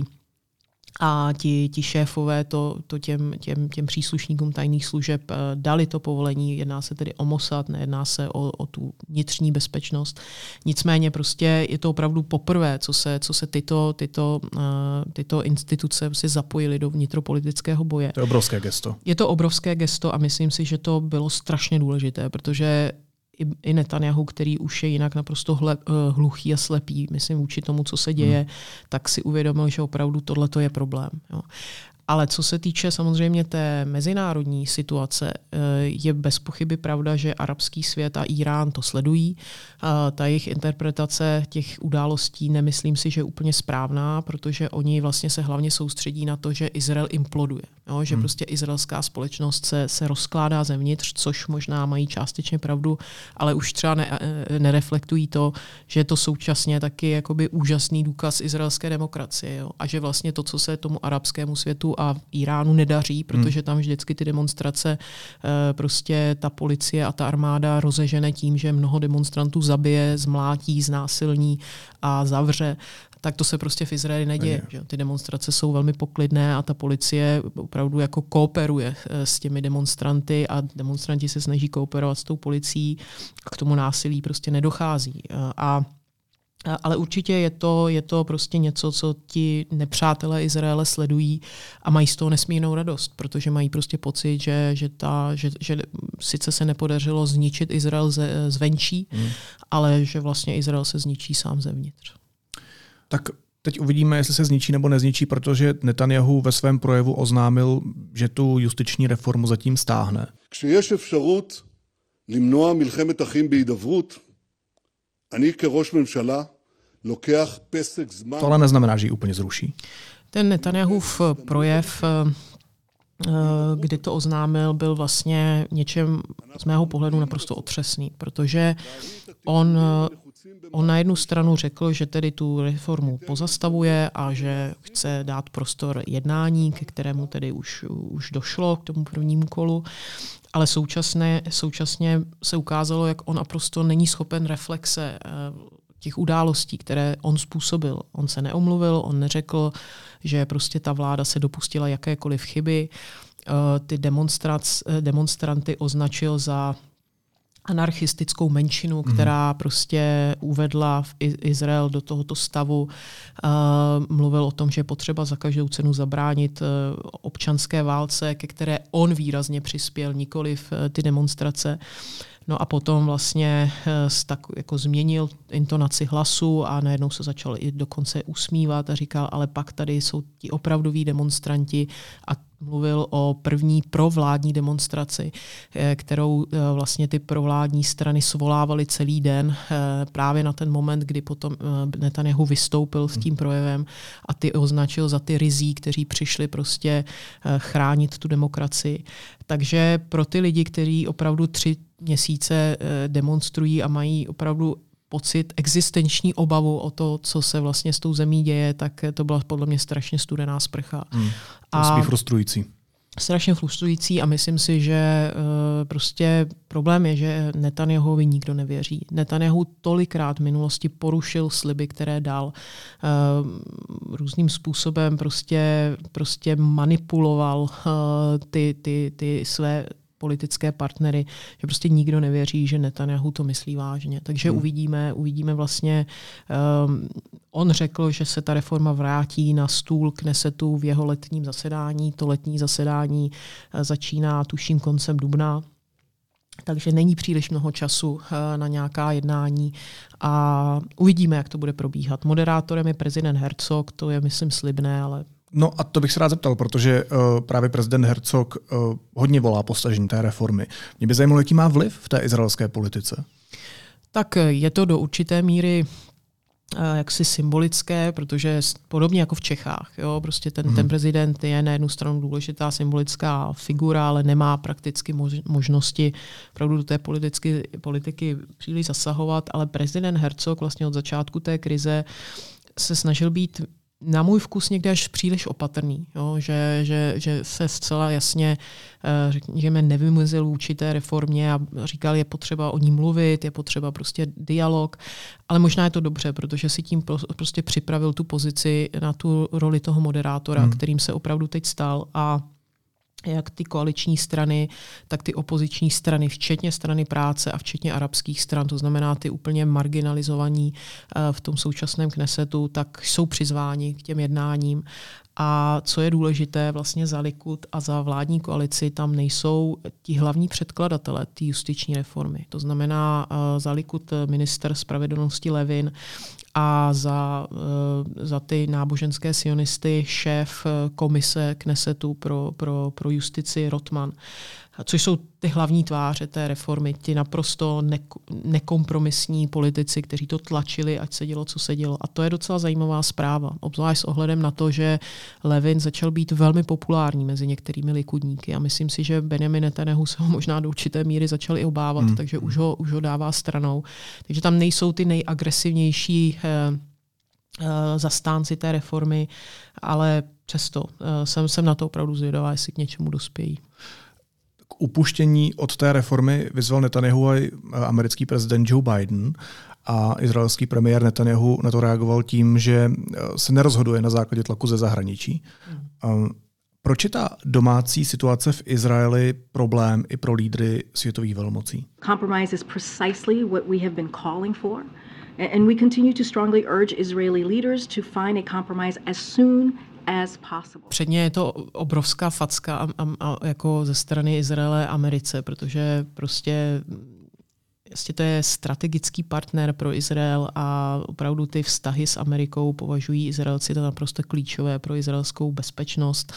a ti, ti šéfové to, to těm, těm, těm příslušníkům tajných služeb uh, dali to povolení. Jedná se tedy o Mossad, nejedná se o, o tu vnitřní bezpečnost. Nicméně prostě je to opravdu poprvé, co se, co se tyto, tyto, uh, tyto instituce si zapojily do vnitropolitického boje. To je obrovské gesto. Je to obrovské gesto a myslím si, že to bylo strašně důležité, protože i Netanjahu, který už je jinak naprosto hle, hluchý a slepý, myslím, vůči tomu, co se děje, hmm. tak si uvědomil, že opravdu tohleto je problém. Jo. Ale co se týče samozřejmě té mezinárodní situace, je bez pochyby pravda, že arabský svět a Irán to sledují. Ta jejich interpretace těch událostí nemyslím si, že je úplně správná, protože oni vlastně se hlavně soustředí na to, že Izrael imploduje. Jo? Že hmm. prostě izraelská společnost se, se rozkládá zevnitř, což možná mají částečně pravdu, ale už třeba ne, nereflektují to, že je to současně taky jakoby úžasný důkaz izraelské demokracie. Jo? A že vlastně to, co se tomu arabskému světu a v Iránu nedaří, protože tam vždycky ty demonstrace prostě ta policie a ta armáda rozežene tím, že mnoho demonstrantů zabije, zmlátí, znásilní a zavře, tak to se prostě v Izraeli neděje. Že? Ty demonstrace jsou velmi poklidné a ta policie opravdu jako kooperuje s těmi demonstranty a demonstranti se snaží kooperovat s tou policií a k tomu násilí prostě nedochází. A ale určitě je to, je to prostě něco, co ti nepřátelé Izraele sledují a mají z toho nesmírnou radost, protože mají prostě pocit, že, že, ta, že, že sice se nepodařilo zničit Izrael ze, zvenčí, hmm. ale že vlastně Izrael se zničí sám zevnitř. Tak teď uvidíme, jestli se zničí nebo nezničí, protože Netanjahu ve svém projevu oznámil, že tu justiční reformu zatím stáhne. כשיש אפשרות למנוע מלחמת אחים בהידברות, אני כראש ממשלה לוקח פסק זמן. To ale neznamená, že ji úplně zruší. Ten Netanjahův projev, kdy to oznámil, byl vlastně něčem z mého pohledu naprosto otřesný, protože on, on na jednu stranu řekl, že tedy tu reformu pozastavuje a že chce dát prostor jednání, ke kterému tedy už, už došlo k tomu prvnímu kolu, ale současně, současně se ukázalo, jak on naprosto není schopen reflexe těch událostí, které on způsobil. On se neomluvil, on neřekl, že prostě ta vláda se dopustila jakékoliv chyby. Ty demonstranty označil za anarchistickou menšinu, která mm. prostě uvedla v Izrael do tohoto stavu. Uh, mluvil o tom, že je potřeba za každou cenu zabránit uh, občanské válce, ke které on výrazně přispěl, nikoliv uh, ty demonstrace. No a potom vlastně tak jako změnil intonaci hlasu a najednou se začal i dokonce usmívat a říkal, ale pak tady jsou ti opravdoví demonstranti a mluvil o první provládní demonstraci, kterou vlastně ty provládní strany svolávaly celý den právě na ten moment, kdy potom Netanyahu vystoupil s tím projevem a ty označil za ty rizí, kteří přišli prostě chránit tu demokracii. Takže pro ty lidi, kteří opravdu tři měsíce demonstrují a mají opravdu pocit existenční obavu o to, co se vlastně s tou zemí děje, tak to byla podle mě strašně studená sprcha. Hmm, to je frustrující. Strašně frustrující a myslím si, že uh, prostě problém je, že Netanyahuovi nikdo nevěří. Netanyahu tolikrát v minulosti porušil sliby, které dal. Uh, různým způsobem prostě, prostě manipuloval uh, ty, ty, ty své politické partnery, že prostě nikdo nevěří, že Netanyahu to myslí vážně. Takže hmm. uvidíme, uvidíme vlastně, um, on řekl, že se ta reforma vrátí na stůl Knesetu v jeho letním zasedání. To letní zasedání uh, začíná tuším koncem dubna, takže není příliš mnoho času uh, na nějaká jednání a uvidíme, jak to bude probíhat. Moderátorem je prezident Herzog, to je myslím slibné, ale No a to bych se rád zeptal, protože uh, právě prezident Herzog uh, hodně volá po stažení té reformy. Mě by zajímalo, jaký má vliv v té izraelské politice. Tak je to do určité míry uh, jaksi symbolické, protože podobně jako v Čechách. Jo, prostě ten, hmm. ten prezident je na jednu stranu důležitá symbolická figura, ale nemá prakticky mož, možnosti opravdu do té politiky, politiky příliš zasahovat, ale prezident Herzog vlastně od začátku té krize se snažil být na můj vkus někde až příliš opatrný, jo? Že, že, že se zcela jasně řekněme, nevymezil vůči té reformě a říkal, je potřeba o ní mluvit, je potřeba prostě dialog, ale možná je to dobře, protože si tím prostě připravil tu pozici na tu roli toho moderátora, hmm. kterým se opravdu teď stal a jak ty koaliční strany, tak ty opoziční strany, včetně strany práce a včetně arabských stran, to znamená ty úplně marginalizovaní v tom současném Knesetu, tak jsou přizváni k těm jednáním. A co je důležité, vlastně za Likud a za vládní koalici tam nejsou ti hlavní předkladatelé té justiční reformy. To znamená za Likud minister spravedlnosti Levin a za, za ty náboženské sionisty šéf komise Knesetu pro, pro, pro justici Rotman, což jsou ty hlavní tváře té reformy, ti naprosto ne- nekompromisní politici, kteří to tlačili, ať se dělo, co se dělo. A to je docela zajímavá zpráva, obzvlášť s ohledem na to, že Levin začal být velmi populární mezi některými likudníky a myslím si, že Benjamin Netanyahu se ho možná do určité míry začal i obávat, hmm. takže už ho, už ho dává stranou. Takže tam nejsou ty nejagresivnější eh, eh, zastánci té reformy, ale přesto eh, jsem, jsem na to opravdu zvědavá, jestli k něčemu dospějí. K upuštění od té reformy vyzval Netanyahu a americký prezident Joe Biden a izraelský premiér Netanyahu na to reagoval tím, že se nerozhoduje na základě tlaku ze zahraničí. Mm. Proč je ta domácí situace v Izraeli problém i pro lídry světových velmocí? Compromise is precisely what we have been calling for. And we continue to strongly urge Israeli leaders to find a compromise as soon as possible. Předně je to obrovská facka a, a, a jako ze strany Izraele a Americe, protože prostě Vlastně to je strategický partner pro Izrael a opravdu ty vztahy s Amerikou považují Izraelci to naprosto klíčové pro izraelskou bezpečnost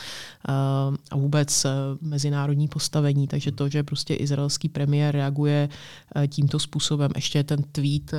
a vůbec mezinárodní postavení. Takže to, že prostě izraelský premiér reaguje tímto způsobem, ještě ten tweet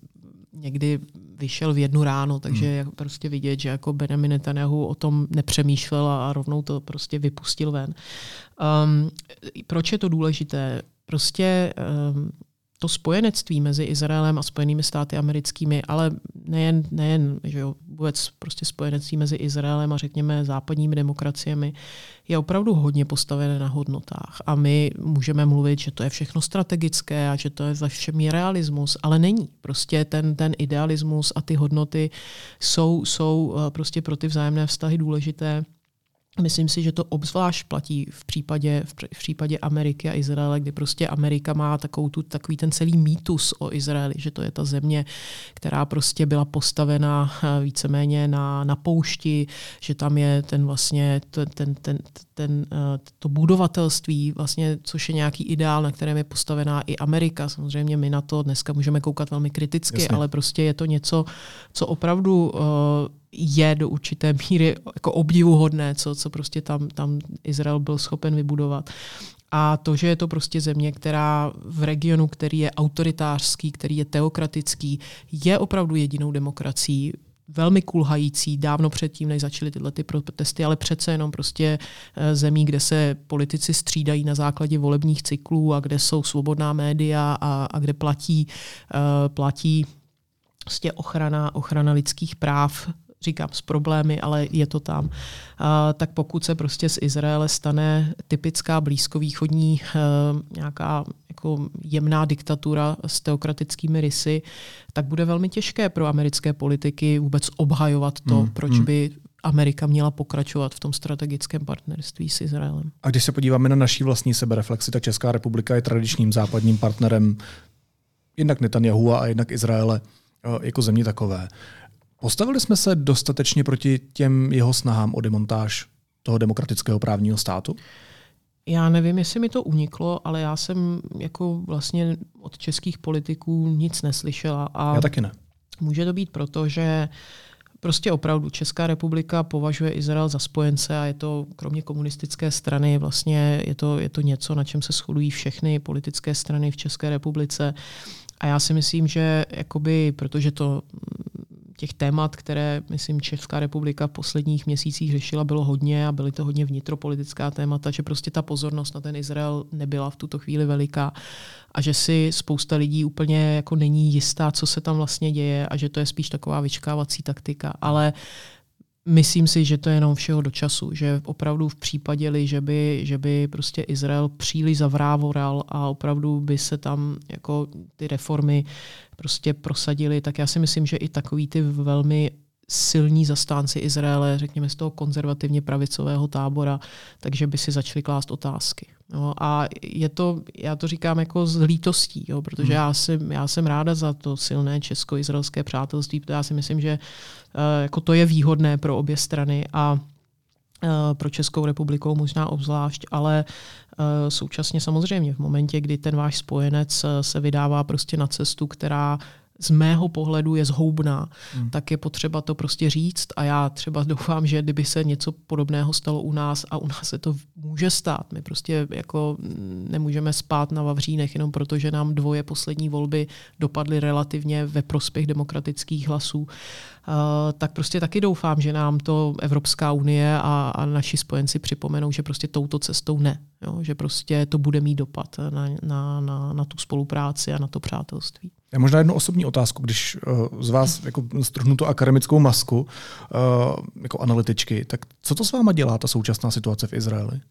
někdy vyšel v jednu ráno, takže je prostě vidět, že jako Benjamin Netanyahu o tom nepřemýšlel a rovnou to prostě vypustil ven. Um, proč je to důležité? Prostě um, to spojenectví mezi Izraelem a Spojenými státy americkými, ale nejen, nejen že jo, vůbec prostě spojenectví mezi Izraelem a řekněme západními demokraciemi, je opravdu hodně postavené na hodnotách. A my můžeme mluvit, že to je všechno strategické a že to je za všem realismus, ale není. Prostě ten, ten idealismus a ty hodnoty jsou, jsou prostě pro ty vzájemné vztahy důležité. Myslím si, že to obzvlášť platí v případě, v případě Ameriky a Izraele, kdy prostě Amerika má takovou tu, takový ten celý mýtus o Izraeli, že to je ta země, která prostě byla postavena víceméně na, na poušti, že tam je ten vlastně ten, ten, ten, ten, to budovatelství, vlastně, což je nějaký ideál, na kterém je postavená i Amerika. Samozřejmě my na to dneska můžeme koukat velmi kriticky, Jasně. ale prostě je to něco, co opravdu uh, je do určité míry jako obdivuhodné, co, co prostě tam, tam Izrael byl schopen vybudovat. A to, že je to prostě země, která v regionu, který je autoritářský, který je teokratický, je opravdu jedinou demokracií, velmi kulhající, dávno předtím, než začaly tyhle ty protesty, ale přece jenom prostě zemí, kde se politici střídají na základě volebních cyklů a kde jsou svobodná média a, a kde platí, uh, platí prostě ochrana, ochrana lidských práv, říkám s problémy, ale je to tam. Uh, tak pokud se prostě z Izraele stane typická blízkovýchodní uh, nějaká jako jemná diktatura s teokratickými rysy, tak bude velmi těžké pro americké politiky vůbec obhajovat to, hmm. proč by Amerika měla pokračovat v tom strategickém partnerství s Izraelem. A když se podíváme na naší vlastní sebereflexi, tak Česká republika je tradičním západním partnerem jednak Netanjahua a jednak Izraele jako země takové. Postavili jsme se dostatečně proti těm jeho snahám o demontáž toho demokratického právního státu? Já nevím, jestli mi to uniklo, ale já jsem jako vlastně od českých politiků nic neslyšela. A já taky ne. Může to být proto, že prostě opravdu Česká republika považuje Izrael za spojence a je to kromě komunistické strany vlastně je to, je to něco, na čem se shodují všechny politické strany v České republice. A já si myslím, že jakoby, protože to těch témat, které, myslím, Česká republika v posledních měsících řešila, bylo hodně a byly to hodně vnitropolitická témata, že prostě ta pozornost na ten Izrael nebyla v tuto chvíli veliká a že si spousta lidí úplně jako není jistá, co se tam vlastně děje a že to je spíš taková vyčkávací taktika. Ale myslím si, že to je jenom všeho do času, že opravdu v případě, že by, že by prostě Izrael příliš zavrávoral a opravdu by se tam jako ty reformy prostě prosadily, tak já si myslím, že i takový ty velmi silní zastánci Izraele, řekněme z toho konzervativně pravicového tábora, takže by si začali klást otázky. No, a je to, já to říkám jako s lítostí, jo, protože hmm. já, jsem, já jsem ráda za to silné česko-izraelské přátelství, protože já si myslím, že uh, jako to je výhodné pro obě strany a uh, pro Českou republiku možná obzvlášť, ale uh, současně samozřejmě v momentě, kdy ten váš spojenec uh, se vydává prostě na cestu, která z mého pohledu je zhoubná, hmm. tak je potřeba to prostě říct a já třeba doufám, že kdyby se něco podobného stalo u nás a u nás se to může stát. My prostě jako nemůžeme spát na vavřínech jenom proto, že nám dvoje poslední volby dopadly relativně ve prospěch demokratických hlasů. Uh, tak prostě taky doufám, že nám to Evropská unie a, a naši spojenci připomenou, že prostě touto cestou ne. Jo? Že prostě to bude mít dopad na, na, na, na tu spolupráci a na to přátelství. Já možná jednu osobní otázku, když uh, z vás jako strhnu tu akademickou masku uh, jako analytičky, tak co to s váma dělá ta současná situace v Izraeli?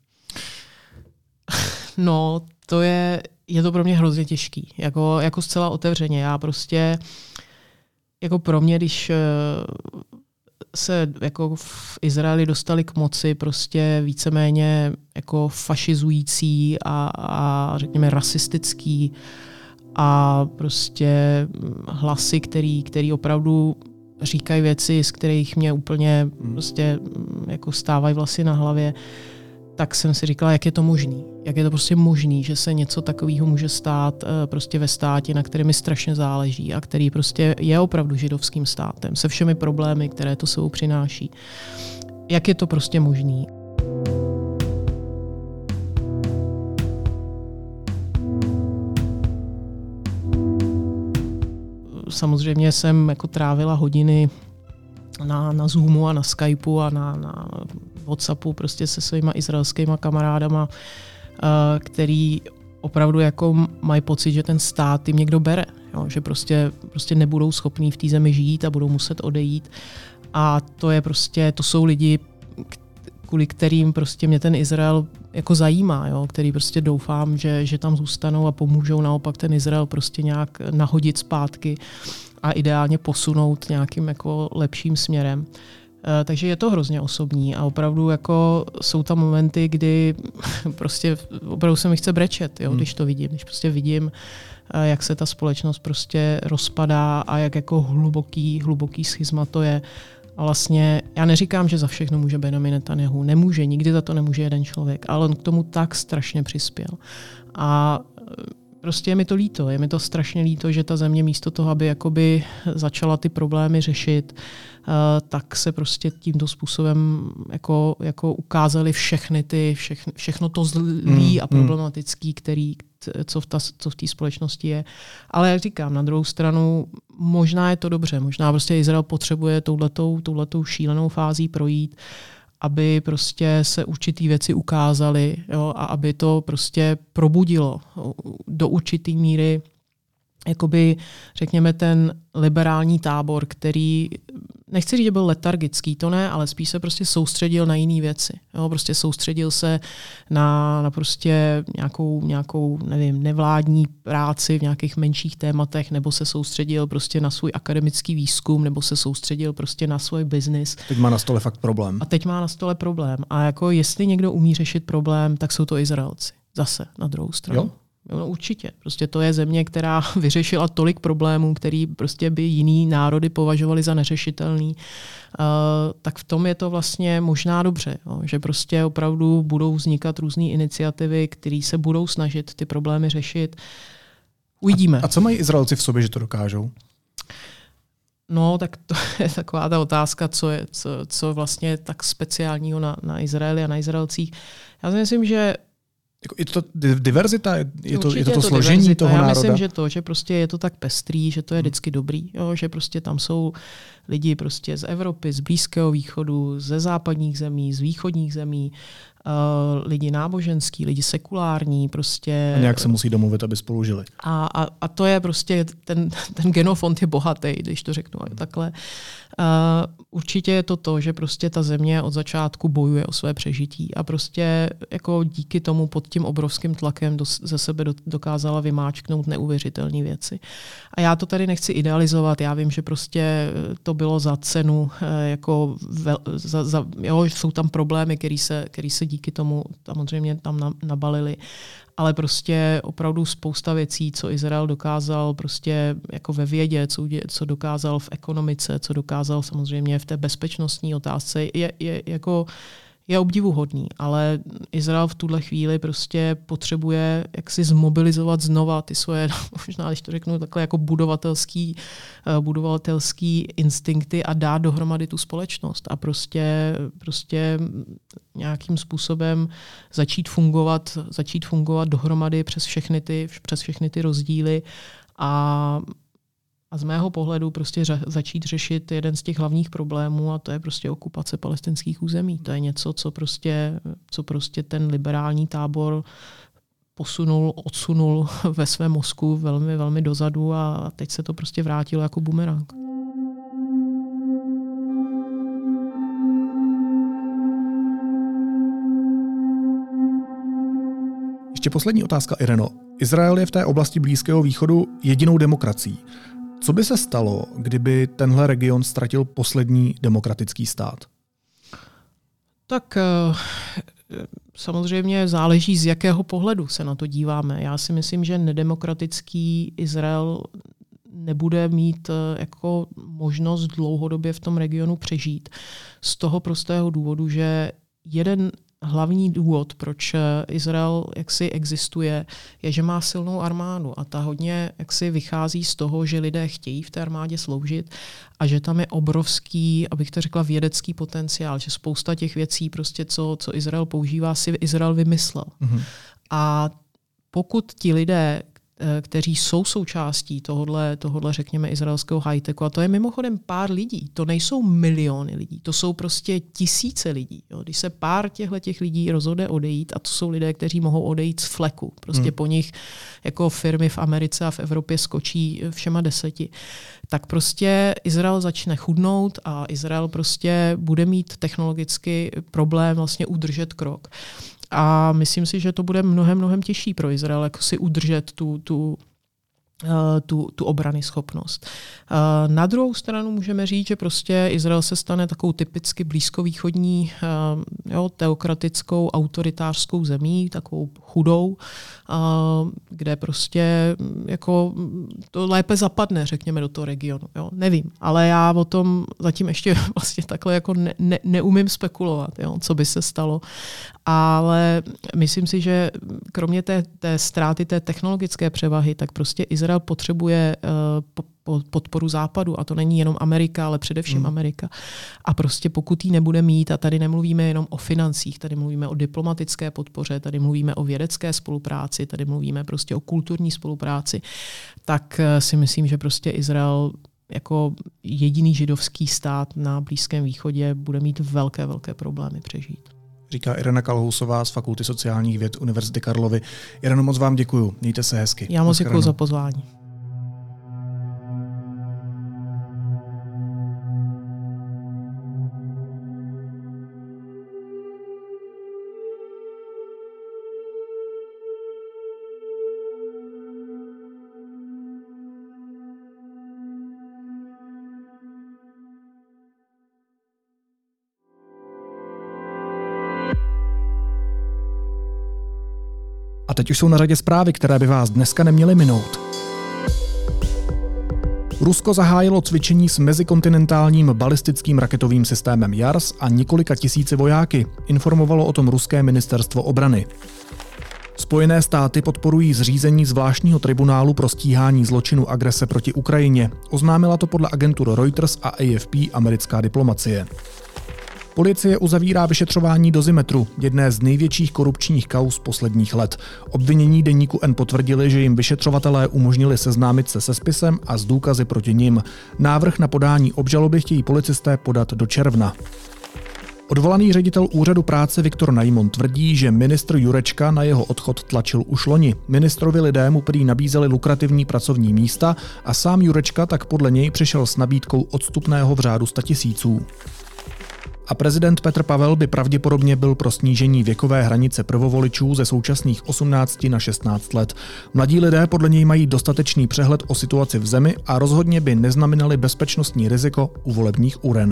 No, to je, je to pro mě hrozně těžký. Jako, jako zcela otevřeně. Já prostě, jako pro mě, když uh, se jako v Izraeli dostali k moci prostě víceméně jako fašizující a, a řekněme rasistický a prostě hlasy, který, který opravdu říkají věci, z kterých mě úplně prostě jako stávají vlasy na hlavě, tak jsem si říkala, jak je to možný. Jak je to prostě možný, že se něco takového může stát prostě ve státě, na kterém mi strašně záleží a který prostě je opravdu židovským státem, se všemi problémy, které to sebou přináší. Jak je to prostě možný? Samozřejmě jsem jako trávila hodiny na, na Zoomu a na Skypeu a na, na WhatsAppu prostě se svýma izraelskýma kamarádama, uh, který opravdu jako mají pocit, že ten stát jim někdo bere, jo? Že prostě, prostě nebudou schopní v té zemi žít a budou muset odejít. A to je prostě, to jsou lidi, kvůli kterým prostě mě ten Izrael jako zajímá, jo? Který prostě doufám, že, že tam zůstanou a pomůžou naopak ten Izrael prostě nějak nahodit zpátky a ideálně posunout nějakým jako lepším směrem. Takže je to hrozně osobní a opravdu jako jsou tam momenty, kdy prostě opravdu se mi chce brečet, jo, hmm. když to vidím, když prostě vidím, jak se ta společnost prostě rozpadá a jak jako hluboký, hluboký schizma to je. A vlastně já neříkám, že za všechno může Benjamin Netanyahu. Nemůže, nikdy za to nemůže jeden člověk, ale on k tomu tak strašně přispěl. A prostě je mi to líto, je mi to strašně líto, že ta země místo toho, aby jakoby začala ty problémy řešit, tak se prostě tímto způsobem jako, jako ukázaly všechny ty, všechny, všechno to zlý mm, a problematický, který, co v ta, co v té společnosti je. Ale jak říkám, na druhou stranu možná je to dobře, možná prostě Izrael potřebuje touhletou, touhletou šílenou fází projít, aby prostě se určitý věci ukázaly, jo, a aby to prostě probudilo do určitý míry jakoby, řekněme, ten liberální tábor, který, nechci říct, že byl letargický, to ne, ale spíš se prostě soustředil na jiné věci. Jo, prostě soustředil se na, na prostě nějakou, nějakou, nevím, nevládní práci v nějakých menších tématech, nebo se soustředil prostě na svůj akademický výzkum, nebo se soustředil prostě na svůj biznis. Teď má na stole fakt problém. A teď má na stole problém. A jako jestli někdo umí řešit problém, tak jsou to Izraelci. Zase na druhou stranu. Jo? No, určitě. Prostě to je země, která vyřešila tolik problémů, který prostě by jiný národy považovali za neřešitelný. Uh, tak v tom je to vlastně možná dobře, jo, že prostě opravdu budou vznikat různé iniciativy, které se budou snažit ty problémy řešit. Uvidíme. A, a co mají Izraelci v sobě, že to dokážou? No, tak to je taková ta otázka, co je co, co vlastně tak speciálního na, na Izraeli a na Izraelcích. Já si myslím, že je to diverzita? Je to, je to, to je to složení diverzita. toho Já národa? myslím, že to, že prostě je to tak pestrý, že to je vždycky dobrý. Jo, že prostě tam jsou lidi prostě z Evropy, z Blízkého východu, ze západních zemí, z východních zemí, uh, lidi náboženský, lidi sekulární. Prostě. A nějak se musí domluvit, aby spolu žili. A, a, a to je prostě, ten, ten genofond je bohatý, když to řeknu takhle. Uh, určitě je to to, že prostě ta země od začátku bojuje o své přežití a prostě jako díky tomu pod tím obrovským tlakem do, ze sebe do, dokázala vymáčknout neuvěřitelné věci. A já to tady nechci idealizovat, já vím, že prostě to bylo za cenu, jako vel, za, za, jo, jsou tam problémy, které se, který se díky tomu samozřejmě tam na, nabalily. Ale prostě opravdu spousta věcí, co Izrael dokázal prostě jako ve vědě, co, co dokázal v ekonomice, co dokázal samozřejmě v té bezpečnostní otázce, je, je, jako, je obdivuhodný. Ale Izrael v tuhle chvíli prostě potřebuje jaksi zmobilizovat znova ty svoje, možná když to řeknu takhle, jako budovatelský, budovatelský instinkty a dát dohromady tu společnost a prostě, prostě nějakým způsobem začít fungovat, začít fungovat dohromady přes všechny ty, přes všechny ty rozdíly a, a z mého pohledu prostě ře, začít řešit jeden z těch hlavních problémů a to je prostě okupace palestinských území. To je něco, co prostě, co prostě ten liberální tábor posunul, odsunul ve svém mozku velmi, velmi dozadu a teď se to prostě vrátilo jako bumerang. Ještě poslední otázka, Ireno. Izrael je v té oblasti Blízkého východu jedinou demokracií. Co by se stalo, kdyby tenhle region ztratil poslední demokratický stát? Tak samozřejmě záleží, z jakého pohledu se na to díváme. Já si myslím, že nedemokratický Izrael nebude mít jako možnost dlouhodobě v tom regionu přežít. Z toho prostého důvodu, že jeden hlavní důvod, proč Izrael jaksi existuje, je, že má silnou armádu a ta hodně jaksi vychází z toho, že lidé chtějí v té armádě sloužit a že tam je obrovský, abych to řekla, vědecký potenciál, že spousta těch věcí, prostě co, co Izrael používá, si Izrael vymyslel. Mm-hmm. A pokud ti lidé, kteří jsou součástí tohodle, tohodle, řekněme, izraelského high-techu. A to je mimochodem pár lidí. To nejsou miliony lidí. To jsou prostě tisíce lidí. Jo. Když se pár těchto těch lidí rozhodne odejít, a to jsou lidé, kteří mohou odejít z fleku. Prostě hmm. po nich jako firmy v Americe a v Evropě skočí všema deseti. Tak prostě Izrael začne chudnout a Izrael prostě bude mít technologicky problém vlastně udržet krok. A myslím si, že to bude mnohem, mnohem těžší pro Izrael, jako si udržet tu, tu, Tu, tu obrany schopnost. Na druhou stranu můžeme říct, že prostě Izrael se stane takovou typicky blízkovýchodní, jo, teokratickou, autoritářskou zemí, takovou chudou, kde prostě jako to lépe zapadne, řekněme, do toho regionu. Jo. Nevím, ale já o tom zatím ještě vlastně takhle jako ne, ne, neumím spekulovat, jo, co by se stalo. Ale myslím si, že kromě té, té ztráty té technologické převahy, tak prostě Izrael potřebuje uh, po, podporu Západu, a to není jenom Amerika, ale především hmm. Amerika. A prostě pokud ji nebude mít, a tady nemluvíme jenom o financích, tady mluvíme o diplomatické podpoře, tady mluvíme o vědecké spolupráci, tady mluvíme prostě o kulturní spolupráci, tak uh, si myslím, že prostě Izrael jako jediný židovský stát na Blízkém východě bude mít velké, velké problémy přežít. Říká Irena Kalhousová z Fakulty sociálních věd Univerzity Karlovy. Ireno, moc vám děkuju. Mějte se hezky. Já moc děkuju za pozvání. A teď už jsou na řadě zprávy, které by vás dneska neměly minout. Rusko zahájilo cvičení s mezikontinentálním balistickým raketovým systémem JARS a několika tisíci vojáky, informovalo o tom ruské ministerstvo obrany. Spojené státy podporují zřízení zvláštního tribunálu pro stíhání zločinu agrese proti Ukrajině. Oznámila to podle agentur Reuters a A F P americká diplomacie. Policie uzavírá vyšetřování Dozimetru, jedné z největších korupčních kauz posledních let. Obvinění deníku N potvrdili, že jim vyšetřovatelé umožnili seznámit se se spisem a s důkazy proti nim. Návrh na podání obžaloby chtějí policisté podat do června. Odvolaný ředitel úřadu práce Viktor Najmon tvrdí, že ministr Jurečka na jeho odchod tlačil už loni. Ministrovi lidé mu prý nabízeli lukrativní pracovní místa a sám Jurečka tak podle něj přišel s nabídkou odstupného v řádu statisíců. A prezident Petr Pavel by pravděpodobně byl pro snížení věkové hranice prvovoličů ze současných osmnácti na šestnáct let. Mladí lidé podle něj mají dostatečný přehled o situaci v zemi a rozhodně by neznamenali bezpečnostní riziko u volebních uren.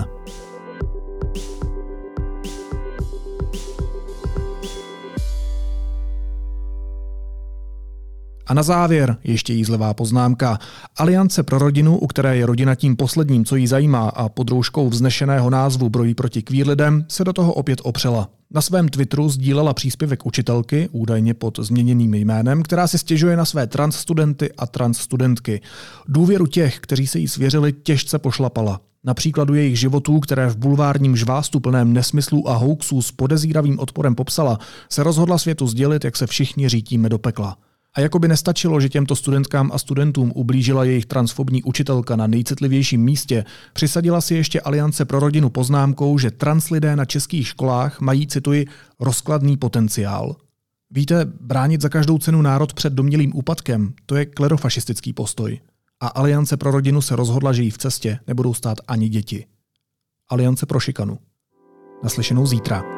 A na závěr ještě jízlivá poznámka. Aliance pro rodinu, u které je rodina tím posledním, co jí zajímá a pod rouškou vznešeného názvu brojí proti queer lidem, se do toho opět opřela. Na svém Twitteru sdílela příspěvek učitelky, údajně pod změněným jménem, která si stěžuje na své trans studenty a trans studentky. Důvěru těch, kteří se jí svěřili, těžce pošlapala. Na příkladu jejich životů, které v bulvárním žvástu plném nesmyslů a hoaxů s podezíravým odporem popsala, se rozhodla světu sdělit, jak se všichni řítíme do pekla. A jako by nestačilo, že těmto studentkám a studentům ublížila jejich transfobní učitelka na nejcitlivějším místě, přisadila si ještě Aliance pro rodinu poznámkou, že trans lidé na českých školách mají, cituji, rozkladný potenciál. Víte, bránit za každou cenu národ před domnělým úpadkem, to je klerofašistický postoj. A Aliance pro rodinu se rozhodla, že jí v cestě nebudou stát ani děti. Aliance pro šikanu. Naslyšenou zítra.